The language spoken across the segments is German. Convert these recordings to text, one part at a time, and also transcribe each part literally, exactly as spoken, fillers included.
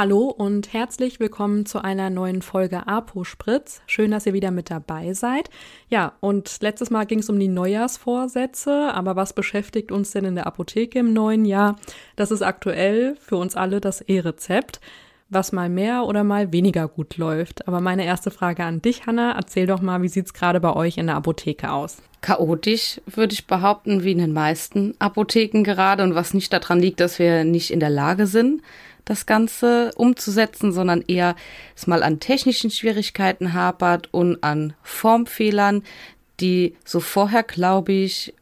Hallo und herzlich willkommen zu einer neuen Folge Apo-Spritz. Schön, dass ihr wieder mit dabei seid. Ja, und letztes Mal ging es um die Neujahrsvorsätze, aber was beschäftigt uns denn in der Apotheke im neuen Jahr? Das ist aktuell für uns alle das E-Rezept, was mal mehr oder mal weniger gut läuft. Aber meine erste Frage an dich, Hanna, erzähl doch mal, wie sieht's gerade bei euch in der Apotheke aus? Chaotisch, würde ich behaupten, wie in den meisten Apotheken gerade, und was nicht daran liegt, dass wir nicht in der Lage sind, das Ganze umzusetzen, sondern eher es mal an technischen Schwierigkeiten hapert und an Formfehlern, die so vorher, glaube ich,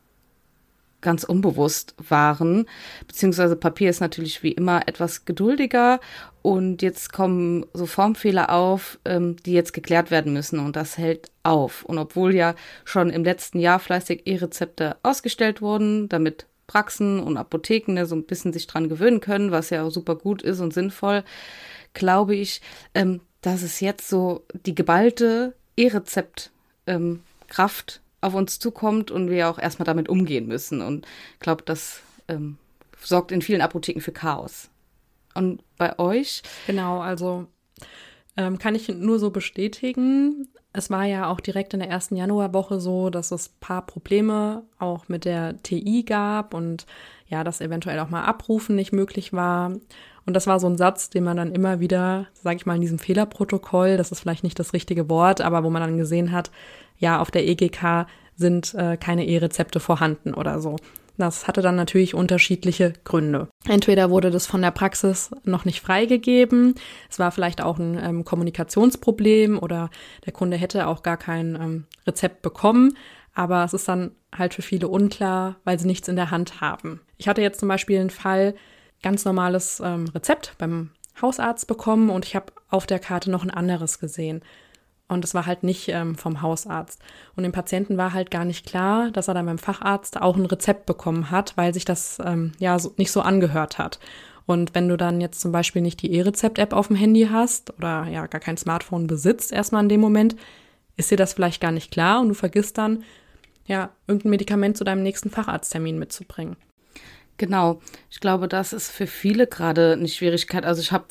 ganz unbewusst waren. Beziehungsweise Papier ist natürlich wie immer etwas geduldiger und jetzt kommen so Formfehler auf, ähm, die jetzt geklärt werden müssen, und das hält auf. Und obwohl ja schon im letzten Jahr fleißig E-Rezepte ausgestellt wurden, damit Praxen und Apotheken ne, so ein bisschen sich dran gewöhnen können, was ja auch super gut ist und sinnvoll, glaube ich, ähm, dass es jetzt so die geballte E-Rezept ähm, Kraft auf uns zukommt und wir auch erstmal damit umgehen müssen. Und ich glaube, das ähm, sorgt in vielen Apotheken für Chaos. Und bei euch? Genau, also ähm, kann ich nur so bestätigen. Es war ja auch direkt in der ersten Januarwoche so, dass es ein paar Probleme auch mit der T I gab und ja, dass eventuell auch mal Abrufen nicht möglich war. Und das war so ein Satz, den man dann immer wieder, sage ich mal, in diesem Fehlerprotokoll, das ist vielleicht nicht das richtige Wort, aber wo man dann gesehen hat, ja, auf der E G K sind äh, keine E-Rezepte vorhanden oder so. Das hatte dann natürlich unterschiedliche Gründe. Entweder wurde das von der Praxis noch nicht freigegeben, es war vielleicht auch ein ähm, Kommunikationsproblem oder der Kunde hätte auch gar kein ähm, Rezept bekommen, aber es ist dann halt für viele unklar, weil sie nichts in der Hand haben. Ich hatte jetzt zum Beispiel einen Fall, ganz normales ähm, Rezept beim Hausarzt bekommen und ich habe auf der Karte noch ein anderes gesehen. Und es war halt nicht ähm, vom Hausarzt. Und dem Patienten war halt gar nicht klar, dass er dann beim Facharzt auch ein Rezept bekommen hat, weil sich das ähm, ja so, nicht so angehört hat. Und wenn du dann jetzt zum Beispiel nicht die E-Rezept-App auf dem Handy hast oder ja gar kein Smartphone besitzt erstmal in dem Moment, ist dir das vielleicht gar nicht klar und du vergisst dann, ja, irgendein Medikament zu deinem nächsten Facharzttermin mitzubringen. Genau, ich glaube, das ist für viele gerade eine Schwierigkeit. Also ich habe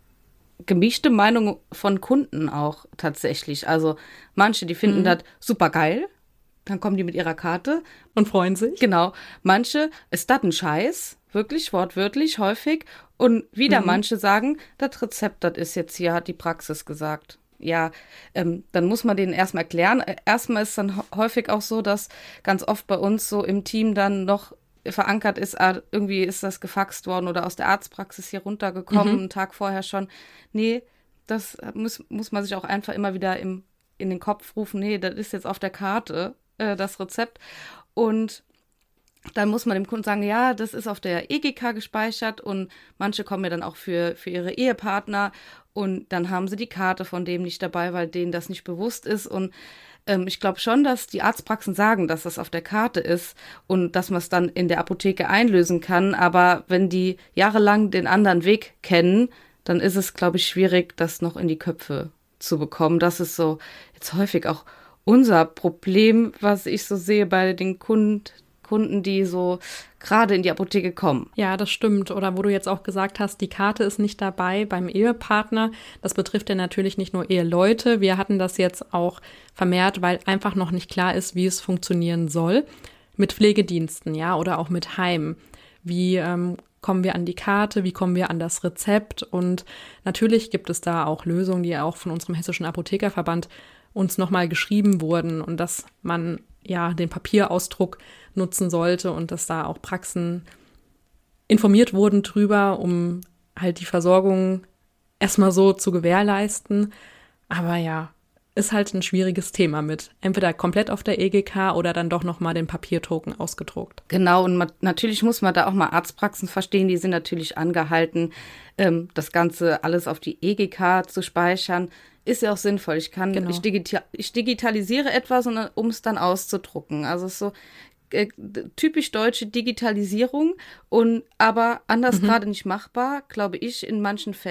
gemischte Meinung von Kunden auch tatsächlich. Also manche, die finden mhm. das super geil, dann kommen die mit ihrer Karte. Und freuen sich. Genau. Manche, ist das ein Scheiß, wirklich, wortwörtlich, häufig. Und wieder mhm. manche sagen, das Rezept, das ist jetzt hier, hat die Praxis gesagt. Ja, ähm, dann muss man denen erstmal erklären. Erstmal ist dann häufig auch so, dass ganz oft bei uns so im Team dann noch verankert ist, ah, irgendwie ist das gefaxt worden oder aus der Arztpraxis hier runtergekommen, mhm. einen Tag vorher schon. Nee, das muss, muss man sich auch einfach immer wieder im, in den Kopf rufen, nee, das ist jetzt auf der Karte, äh, das Rezept. Und dann muss man dem Kunden sagen, ja, das ist auf der E G K gespeichert, und manche kommen ja dann auch für, für ihre Ehepartner und dann haben sie die Karte von dem nicht dabei, weil denen das nicht bewusst ist. Und ähm, ich glaube schon, dass die Arztpraxen sagen, dass das auf der Karte ist und dass man es dann in der Apotheke einlösen kann. Aber wenn die jahrelang den anderen Weg kennen, dann ist es, glaube ich, schwierig, das noch in die Köpfe zu bekommen. Das ist so jetzt häufig auch unser Problem, was ich so sehe bei den Kunden, Kunden, die so gerade in die Apotheke kommen. Ja, das stimmt. Oder wo du jetzt auch gesagt hast, die Karte ist nicht dabei beim Ehepartner. Das betrifft ja natürlich nicht nur Eheleute. Wir hatten das jetzt auch vermehrt, weil einfach noch nicht klar ist, wie es funktionieren soll. Mit Pflegediensten, ja, oder auch mit Heimen. Wie ähm, kommen wir an die Karte? Wie kommen wir an das Rezept? Und natürlich gibt es da auch Lösungen, die auch von unserem Hessischen Apothekerverband uns nochmal geschrieben wurden, und dass man ja den Papierausdruck nutzen sollte und dass da auch Praxen informiert wurden drüber, um halt die Versorgung erstmal so zu gewährleisten. Aber ja, ist halt ein schwieriges Thema mit entweder komplett auf der E G K oder dann doch nochmal den Papiertoken ausgedruckt. Genau, und man, natürlich muss man da auch mal Arztpraxen verstehen, die sind natürlich angehalten, ähm, das Ganze alles auf die E G K zu speichern. Ist ja auch sinnvoll. Ich kann, genau. ich, digita- ich digitalisiere etwas, um es dann auszudrucken. Also es ist so äh, typisch deutsche Digitalisierung, und aber anders mhm. gerade nicht machbar, glaube ich, in manchen Fällen.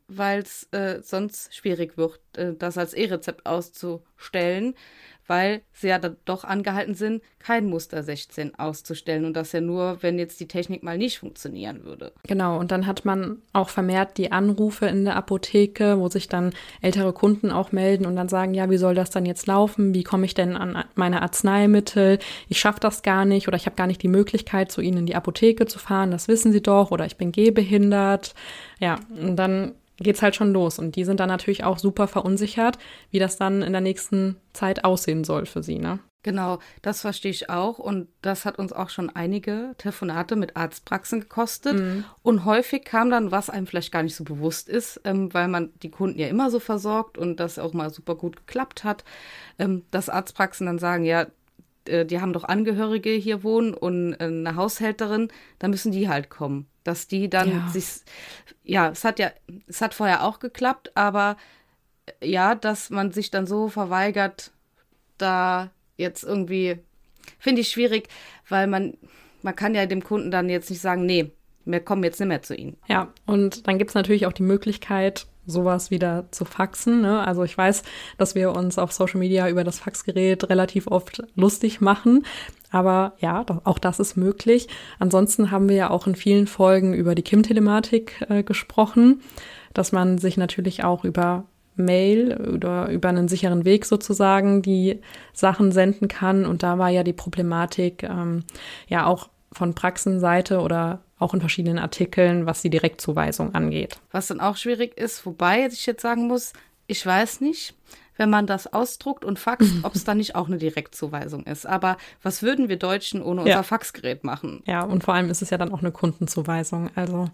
weil es äh, sonst schwierig wird, äh, das als E-Rezept auszustellen, weil sie ja dann doch angehalten sind, kein Muster sechzehn auszustellen und das ja nur, wenn jetzt die Technik mal nicht funktionieren würde. Genau, und dann hat man auch vermehrt die Anrufe in der Apotheke, wo sich dann ältere Kunden auch melden und dann sagen, ja, wie soll das dann jetzt laufen? Wie komme ich denn an meine Arzneimittel? Ich schaffe das gar nicht oder ich habe gar nicht die Möglichkeit, zu Ihnen in die Apotheke zu fahren, das wissen Sie doch, oder ich bin gehbehindert. Ja, und dann geht's halt schon los. Und die sind dann natürlich auch super verunsichert, wie das dann in der nächsten Zeit aussehen soll für sie, ne? Genau, das verstehe ich auch. Und das hat uns auch schon einige Telefonate mit Arztpraxen gekostet. Mhm. Und häufig kam dann, was einem vielleicht gar nicht so bewusst ist, ähm, weil man die Kunden ja immer so versorgt und das auch mal super gut geklappt hat, ähm, dass Arztpraxen dann sagen, ja, die haben doch Angehörige hier wohnen und eine Haushälterin, da müssen die halt kommen. Dass die dann ja. sich, ja, es hat ja, es hat vorher auch geklappt, aber ja, dass man sich dann so verweigert, da jetzt irgendwie, finde ich schwierig, weil man, man kann ja dem Kunden dann jetzt nicht sagen, nee, wir kommen jetzt nicht mehr zu Ihnen. Ja, und dann gibt es natürlich auch die Möglichkeit, sowas wieder zu faxen, ne? Also ich weiß, dass wir uns auf Social Media über das Faxgerät relativ oft lustig machen, aber ja, auch das ist möglich. Ansonsten haben wir ja auch in vielen Folgen über die Kim-Telematik äh, gesprochen, dass man sich natürlich auch über Mail oder über einen sicheren Weg sozusagen die Sachen senden kann. Und da war ja die Problematik ähm, ja auch von Praxenseite oder auch in verschiedenen Artikeln, was die Direktzuweisung angeht. Was dann auch schwierig ist, wobei ich jetzt sagen muss, ich weiß nicht, wenn man das ausdruckt und faxt, ob es dann nicht auch eine Direktzuweisung ist. Aber was würden wir Deutschen ohne unser ja. Faxgerät machen? Ja, und vor allem ist es ja dann auch eine Kundenzuweisung. Also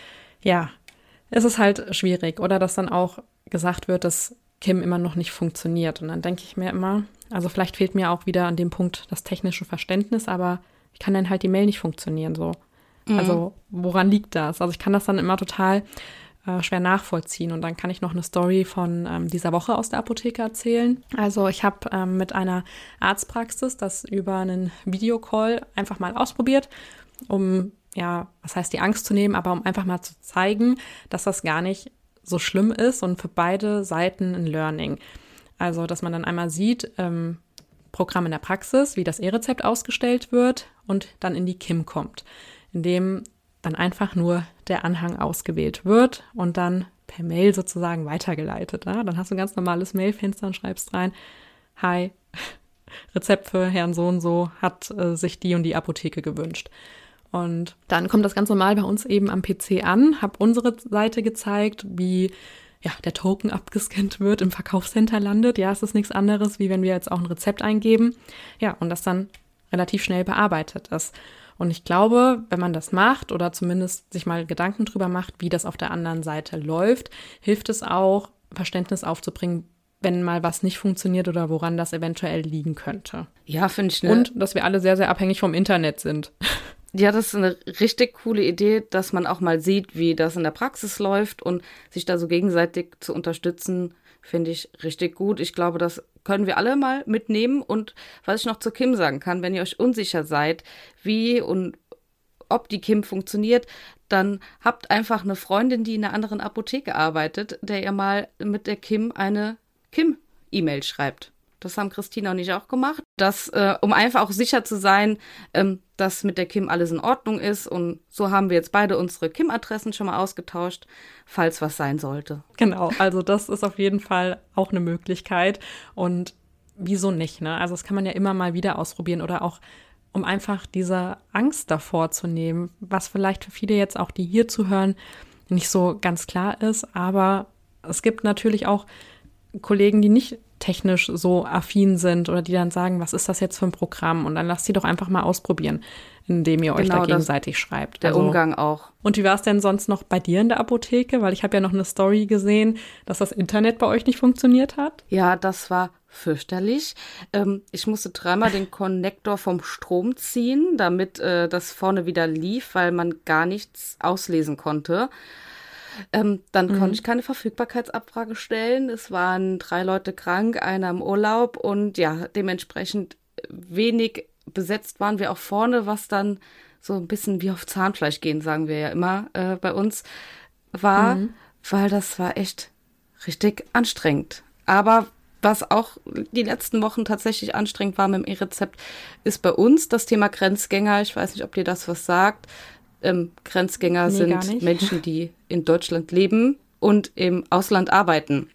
ja, es ist halt schwierig. Oder dass dann auch gesagt wird, dass Kim immer noch nicht funktioniert. Und dann denke ich mir immer, also vielleicht fehlt mir auch wieder an dem Punkt das technische Verständnis, aber ich kann dann halt die Mail nicht funktionieren so. Mhm. Also woran liegt das? Also ich kann das dann immer total äh, schwer nachvollziehen. Und dann kann ich noch eine Story von ähm, dieser Woche aus der Apotheke erzählen. Also ich habe ähm, mit einer Arztpraxis das über einen Videocall einfach mal ausprobiert, um, ja, was heißt die Angst zu nehmen, aber um einfach mal zu zeigen, dass das gar nicht so schlimm ist und für beide Seiten ein Learning. Also dass man dann einmal sieht, ähm, Programm in der Praxis, wie das E-Rezept ausgestellt wird und dann in die Kim kommt, indem dann einfach nur der Anhang ausgewählt wird und dann per Mail sozusagen weitergeleitet. Ja? Dann hast du ein ganz normales Mailfenster und schreibst rein, hi, Rezept für Herrn so und so hat äh, sich die und die Apotheke gewünscht. Und dann kommt das ganz normal bei uns eben am P C an, habe unsere Seite gezeigt, wie ja, der Token abgescannt wird, im Verkaufscenter landet. Ja, es ist nichts anderes, wie wenn wir jetzt auch ein Rezept eingeben. Ja, und das dann relativ schnell bearbeitet ist. Und ich glaube, wenn man das macht oder zumindest sich mal Gedanken drüber macht, wie das auf der anderen Seite läuft, hilft es auch, Verständnis aufzubringen, wenn mal was nicht funktioniert oder woran das eventuell liegen könnte. Ja, finde ich. Ne? Und dass wir alle sehr, sehr abhängig vom Internet sind. Ja, das ist eine richtig coole Idee, dass man auch mal sieht, wie das in der Praxis läuft und sich da so gegenseitig zu unterstützen, finde ich richtig gut. Ich glaube, das können wir alle mal mitnehmen. Und was ich noch zu Kim sagen kann, wenn ihr euch unsicher seid, wie und ob die Kim funktioniert, dann habt einfach eine Freundin, die in einer anderen Apotheke arbeitet, der ihr mal mit der Kim eine Kim-E-Mail schreibt. Das haben Christina und ich auch gemacht, das, äh, um einfach auch sicher zu sein, ähm, dass mit der Kim alles in Ordnung ist. Und so haben wir jetzt beide unsere Kim-Adressen schon mal ausgetauscht, falls was sein sollte. Genau, also das ist auf jeden Fall auch eine Möglichkeit. Und wieso nicht, ne? Also das kann man ja immer mal wieder ausprobieren oder auch, um einfach diese Angst davor zu nehmen, was vielleicht für viele jetzt auch, die hier zuhören, nicht so ganz klar ist. Aber es gibt natürlich auch Kollegen, die nicht technisch so affin sind oder die dann sagen, was ist das jetzt für ein Programm? Und dann lasst sie doch einfach mal ausprobieren, indem ihr euch genau, da gegenseitig schreibt. Der also, Umgang auch. Und wie war es denn sonst noch bei dir in der Apotheke? Weil ich habe ja noch eine Story gesehen, dass das Internet bei euch nicht funktioniert hat. Ja, das war fürchterlich. Ähm, ich musste dreimal den Konnektor vom Strom ziehen, damit äh, das vorne wieder lief, weil man gar nichts auslesen konnte. Ähm, dann mhm. konnte ich keine Verfügbarkeitsabfrage stellen. Es waren drei Leute krank, einer im Urlaub und ja, dementsprechend wenig besetzt waren wir auch vorne, was dann so ein bisschen wie auf Zahnfleisch gehen, sagen wir ja immer äh, bei uns, war, mhm. weil das war echt richtig anstrengend. Aber was auch die letzten Wochen tatsächlich anstrengend war mit dem E-Rezept, ist bei uns das Thema Grenzgänger. Ich weiß nicht, ob dir das was sagt. Ähm, Grenzgänger Nee, sind Menschen, die in Deutschland leben und im Ausland arbeiten.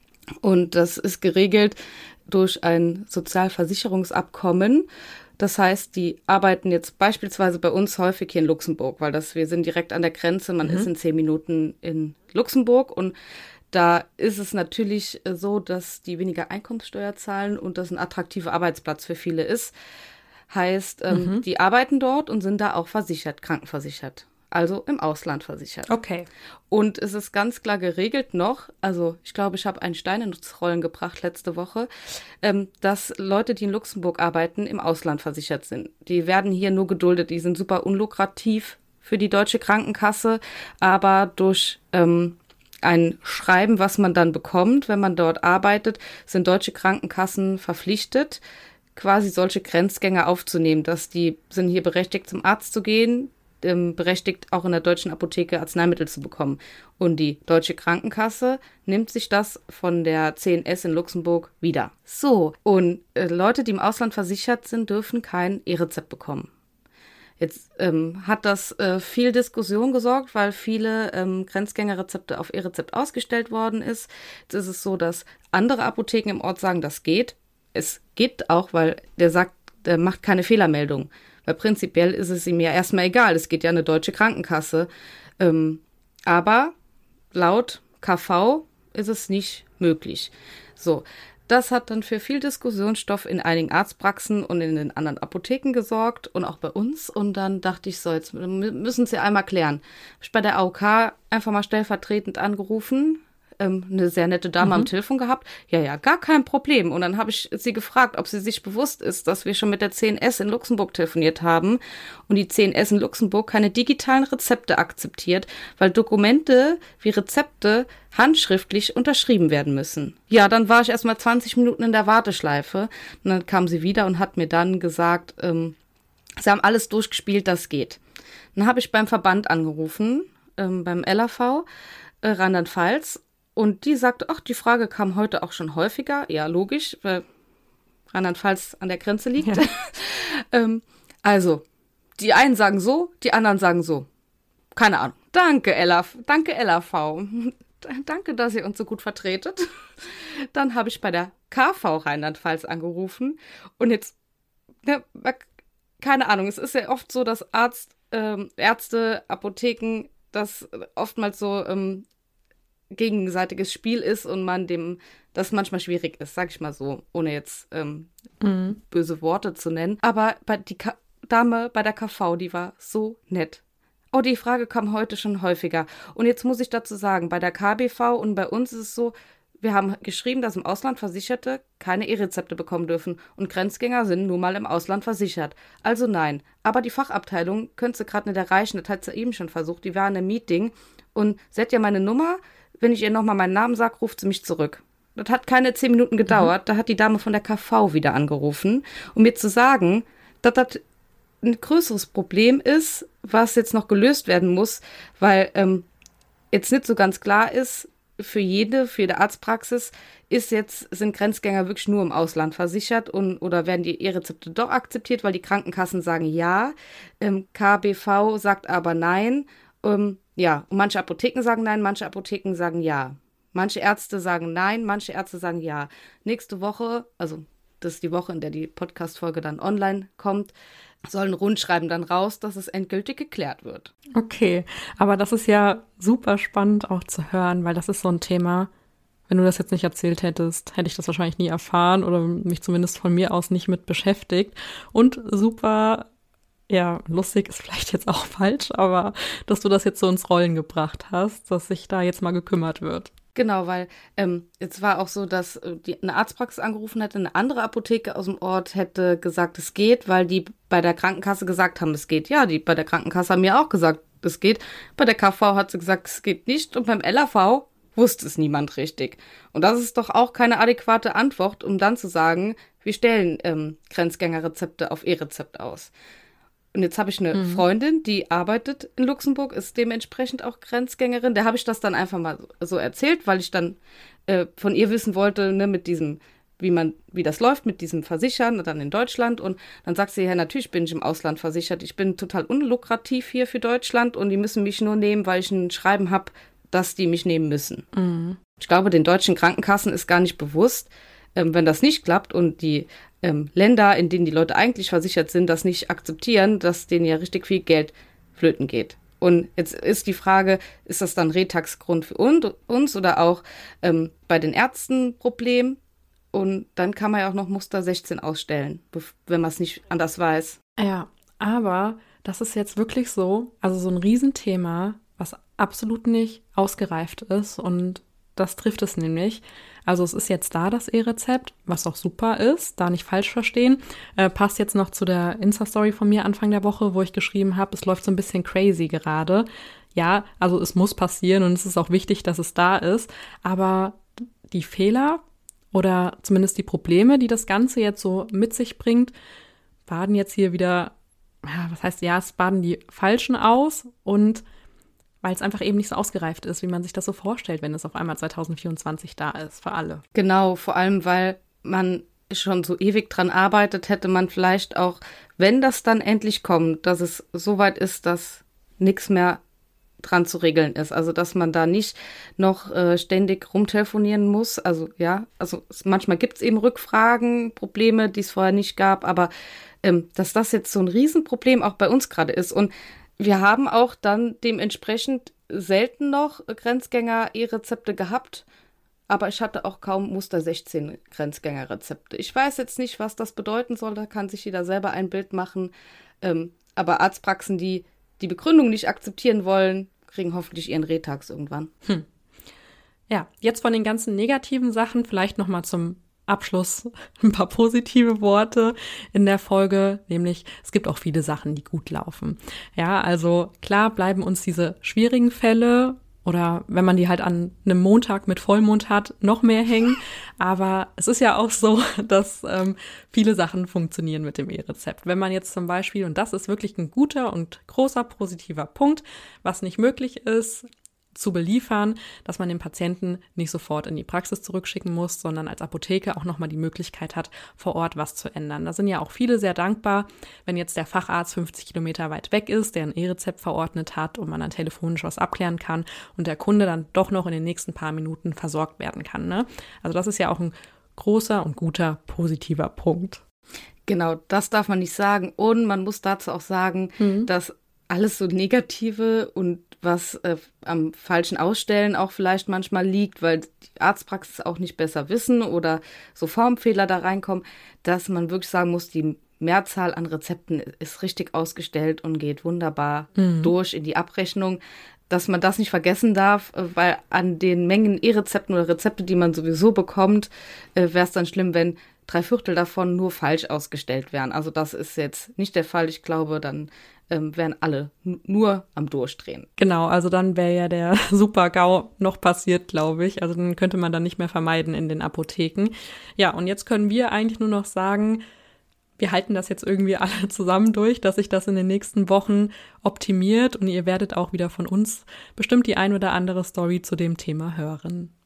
Und das ist geregelt durch ein Sozialversicherungsabkommen. Das heißt, die arbeiten jetzt beispielsweise bei uns häufig hier in Luxemburg, weil das, wir sind direkt an der Grenze, man mhm. ist in zehn Minuten in Luxemburg und da ist es natürlich so, dass die weniger Einkommenssteuer zahlen und das ein attraktiver Arbeitsplatz für viele ist. Heißt, ähm, mhm. die arbeiten dort und sind da auch versichert, krankenversichert. Also im Ausland versichert. Okay. Und es ist ganz klar geregelt noch, also ich glaube, ich habe einen Stein ins Rollen gebracht letzte Woche, ähm, dass Leute, die in Luxemburg arbeiten, im Ausland versichert sind. Die werden hier nur geduldet, die sind super unlukrativ für die deutsche Krankenkasse, aber durch ähm, ein Schreiben, was man dann bekommt, wenn man dort arbeitet, sind deutsche Krankenkassen verpflichtet, quasi solche Grenzgänger aufzunehmen, dass die sind hier berechtigt, zum Arzt zu gehen, ähm, berechtigt auch in der deutschen Apotheke Arzneimittel zu bekommen. Und die deutsche Krankenkasse nimmt sich das von der C N S in Luxemburg wieder. So, und äh, Leute, die im Ausland versichert sind, dürfen kein E-Rezept bekommen. Jetzt ähm, hat das äh, viel Diskussion gesorgt, weil viele ähm, Grenzgängerrezepte auf E-Rezept ausgestellt worden ist. Jetzt ist es so, dass andere Apotheken im Ort sagen, das geht. Es geht auch, weil der sagt, der macht keine Fehlermeldung. Weil prinzipiell ist es ihm ja erstmal egal. Es geht ja eine deutsche Krankenkasse. Ähm, aber laut K V ist es nicht möglich. So. Das hat dann für viel Diskussionsstoff in einigen Arztpraxen und in den anderen Apotheken gesorgt und auch bei uns. Und dann dachte ich so, jetzt müssen Sie einmal klären. Habe ich bei der A O K einfach mal stellvertretend angerufen, ähm, eine sehr nette Dame mhm. am Telefon gehabt. Ja, ja, gar kein Problem. Und dann habe ich sie gefragt, ob sie sich bewusst ist, dass wir schon mit der C N S in Luxemburg telefoniert haben und die C N S in Luxemburg keine digitalen Rezepte akzeptiert, weil Dokumente wie Rezepte handschriftlich unterschrieben werden müssen. Ja, dann war ich erst mal zwanzig Minuten in der Warteschleife und dann kam sie wieder und hat mir dann gesagt, ähm, sie haben alles durchgespielt, das geht. Dann habe ich beim Verband angerufen, ähm, beim L A V äh, Rheinland-Pfalz und die sagte, ach, die Frage kam heute auch schon häufiger. Ja, logisch, weil Rheinland-Pfalz an der Grenze liegt. Ja. ähm, also, die einen sagen so, die anderen sagen so. Keine Ahnung. Danke, L A V. Danke, L A V. Danke, dass ihr uns so gut vertretet. Dann habe ich bei der K V Rheinland-Pfalz angerufen und jetzt, ne, keine Ahnung, es ist ja oft so, dass Arzt, ähm, Ärzte, Apotheken, das oftmals so ähm, gegenseitiges Spiel ist und man dem, das manchmal schwierig ist, sag ich mal so, ohne jetzt ähm, mhm. böse Worte zu nennen. Aber bei die Ka- Dame bei der K V, die war so nett. Oh, die Frage kam heute schon häufiger. Und jetzt muss ich dazu sagen, bei der K B V und bei uns ist es so, wir haben geschrieben, dass im Ausland Versicherte keine E-Rezepte bekommen dürfen und Grenzgänger sind nun mal im Ausland versichert. Also nein. Aber die Fachabteilung könnte sie gerade nicht erreichen, das hat sie eben schon versucht. Die war in einem Meeting und sie hat ja meine Nummer. Wenn ich ihr nochmal meinen Namen sage, ruft sie mich zurück. Das hat keine zehn Minuten gedauert. Mhm. Da hat die Dame von der K V wieder angerufen, um mir zu sagen, dass das ein größeres Problem ist, was jetzt noch gelöst werden muss, weil ähm, jetzt nicht so ganz klar ist, für jede, für jede Arztpraxis ist jetzt, sind Grenzgänger wirklich nur im Ausland versichert und oder werden die E-Rezepte doch akzeptiert, weil die Krankenkassen sagen ja, ähm, K B V sagt aber nein. Ähm, ja, und manche Apotheken sagen nein, manche Apotheken sagen ja. Manche Ärzte sagen nein, manche Ärzte sagen ja. Nächste Woche, also das ist die Woche, in der die Podcast-Folge dann online kommt, soll ein Rundschreiben dann raus, dass es endgültig geklärt wird. Okay, aber das ist ja super spannend auch zu hören, weil das ist so ein Thema, wenn du das jetzt nicht erzählt hättest, hätte ich das wahrscheinlich nie erfahren oder mich zumindest von mir aus nicht mit beschäftigt. Und super, ja, lustig ist vielleicht jetzt auch falsch, aber dass du das jetzt so ins Rollen gebracht hast, dass sich da jetzt mal gekümmert wird. Genau, weil ähm, jetzt war auch so, dass äh, die, eine Arztpraxis angerufen hätte, eine andere Apotheke aus dem Ort hätte gesagt, es geht, weil die bei der Krankenkasse gesagt haben, es geht. Ja, die bei der Krankenkasse haben mir auch gesagt, es geht. Bei der K V hat sie gesagt, es geht nicht und beim L A V wusste es niemand richtig. Und das ist doch auch keine adäquate Antwort, um dann zu sagen, wir stellen ähm, Grenzgängerrezepte auf E-Rezept aus. Und jetzt habe ich eine Mhm. Freundin, die arbeitet in Luxemburg, ist dementsprechend auch Grenzgängerin. Der habe ich das dann einfach mal so erzählt, weil ich dann äh, von ihr wissen wollte, ne, mit diesem, wie man, wie das läuft mit diesem Versichern dann in Deutschland. Und dann sagt sie, ja, natürlich bin ich im Ausland versichert. Ich bin total unlukrativ hier für Deutschland und die müssen mich nur nehmen, weil ich ein Schreiben habe, dass die mich nehmen müssen. Mhm. Ich glaube, den deutschen Krankenkassen ist gar nicht bewusst, ähm, wenn das nicht klappt und die ähm, Länder, in denen die Leute eigentlich versichert sind, das nicht akzeptieren, dass denen ja richtig viel Geld flöten geht. Und jetzt ist die Frage, ist das dann Retax-Grund für und, uns oder auch ähm, bei den Ärzten Problem? Und dann kann man ja auch noch Muster sechzehn ausstellen, bef- wenn man es nicht anders weiß. Ja, aber das ist jetzt wirklich so, also so ein Riesenthema, was absolut nicht ausgereift ist und das trifft es nämlich. Also es ist jetzt da, das E-Rezept, was auch super ist, da nicht falsch verstehen. Äh, passt jetzt noch zu der Insta-Story von mir Anfang der Woche, wo ich geschrieben habe, es läuft so ein bisschen crazy gerade. Ja, also es muss passieren und es ist auch wichtig, dass es da ist. Aber die Fehler oder zumindest die Probleme, die das Ganze jetzt so mit sich bringt, baden jetzt hier wieder, ja, was heißt, ja, es baden die Falschen aus und weil es einfach eben nicht so ausgereift ist, wie man sich das so vorstellt, wenn es auf einmal zwanzig vierundzwanzig da ist, für alle. Genau, vor allem, weil man schon so ewig dran arbeitet, hätte man vielleicht auch, wenn das dann endlich kommt, dass es so weit ist, dass nichts mehr dran zu regeln ist. Also, dass man da nicht noch äh, ständig rumtelefonieren muss. Also, ja, also es, manchmal gibt es eben Rückfragen, Probleme, die es vorher nicht gab, aber ähm, dass das jetzt so ein Riesenproblem auch bei uns gerade ist. Und wir haben auch dann dementsprechend selten noch Grenzgänger-E-Rezepte gehabt, aber ich hatte auch kaum Muster sechzehn Grenzgänger-Rezepte. Ich weiß jetzt nicht, was das bedeuten soll, da kann sich jeder selber ein Bild machen. Ähm, aber Arztpraxen, die die Begründung nicht akzeptieren wollen, kriegen hoffentlich ihren Retax irgendwann. Hm. Ja, jetzt von den ganzen negativen Sachen vielleicht nochmal zum Abschluss ein paar positive Worte in der Folge, nämlich es gibt auch viele Sachen, die gut laufen. Ja, also klar bleiben uns diese schwierigen Fälle oder wenn man die halt an einem Montag mit Vollmond hat, noch mehr hängen. Aber es ist ja auch so, dass ähm, viele Sachen funktionieren mit dem E-Rezept. Wenn man jetzt zum Beispiel, und das ist wirklich ein guter und großer positiver Punkt, was nicht möglich ist, zu beliefern, dass man den Patienten nicht sofort in die Praxis zurückschicken muss, sondern als Apotheke auch nochmal die Möglichkeit hat, vor Ort was zu ändern. Da sind ja auch viele sehr dankbar, wenn jetzt der Facharzt fünfzig Kilometer weit weg ist, der ein E-Rezept verordnet hat und man dann telefonisch was abklären kann und der Kunde dann doch noch in den nächsten paar Minuten versorgt werden kann. Ne? Also das ist ja auch ein großer und guter positiver Punkt. Genau, das darf man nicht sagen. Und man muss dazu auch sagen, mhm. dass alles so Negative und was äh, am falschen Ausstellen auch vielleicht manchmal liegt, weil die Arztpraxis auch nicht besser wissen oder so Formfehler da reinkommen, dass man wirklich sagen muss, die Mehrzahl an Rezepten ist richtig ausgestellt und geht wunderbar mhm. durch in die Abrechnung. Dass man das nicht vergessen darf, weil an den Mengen E-Rezepten oder Rezepte, die man sowieso bekommt, äh, wäre es dann schlimm, wenn drei Viertel davon nur falsch ausgestellt wären. Also das ist jetzt nicht der Fall. Ich glaube, dann ähm, wären alle n- nur am Durchdrehen. Genau, also dann wäre ja der Super-GAU noch passiert, glaube ich. Also dann könnte man dann nicht mehr vermeiden in den Apotheken. Ja, und jetzt können wir eigentlich nur noch sagen, wir halten das jetzt irgendwie alle zusammen durch, dass sich das in den nächsten Wochen optimiert und ihr werdet auch wieder von uns bestimmt die ein oder andere Story zu dem Thema hören.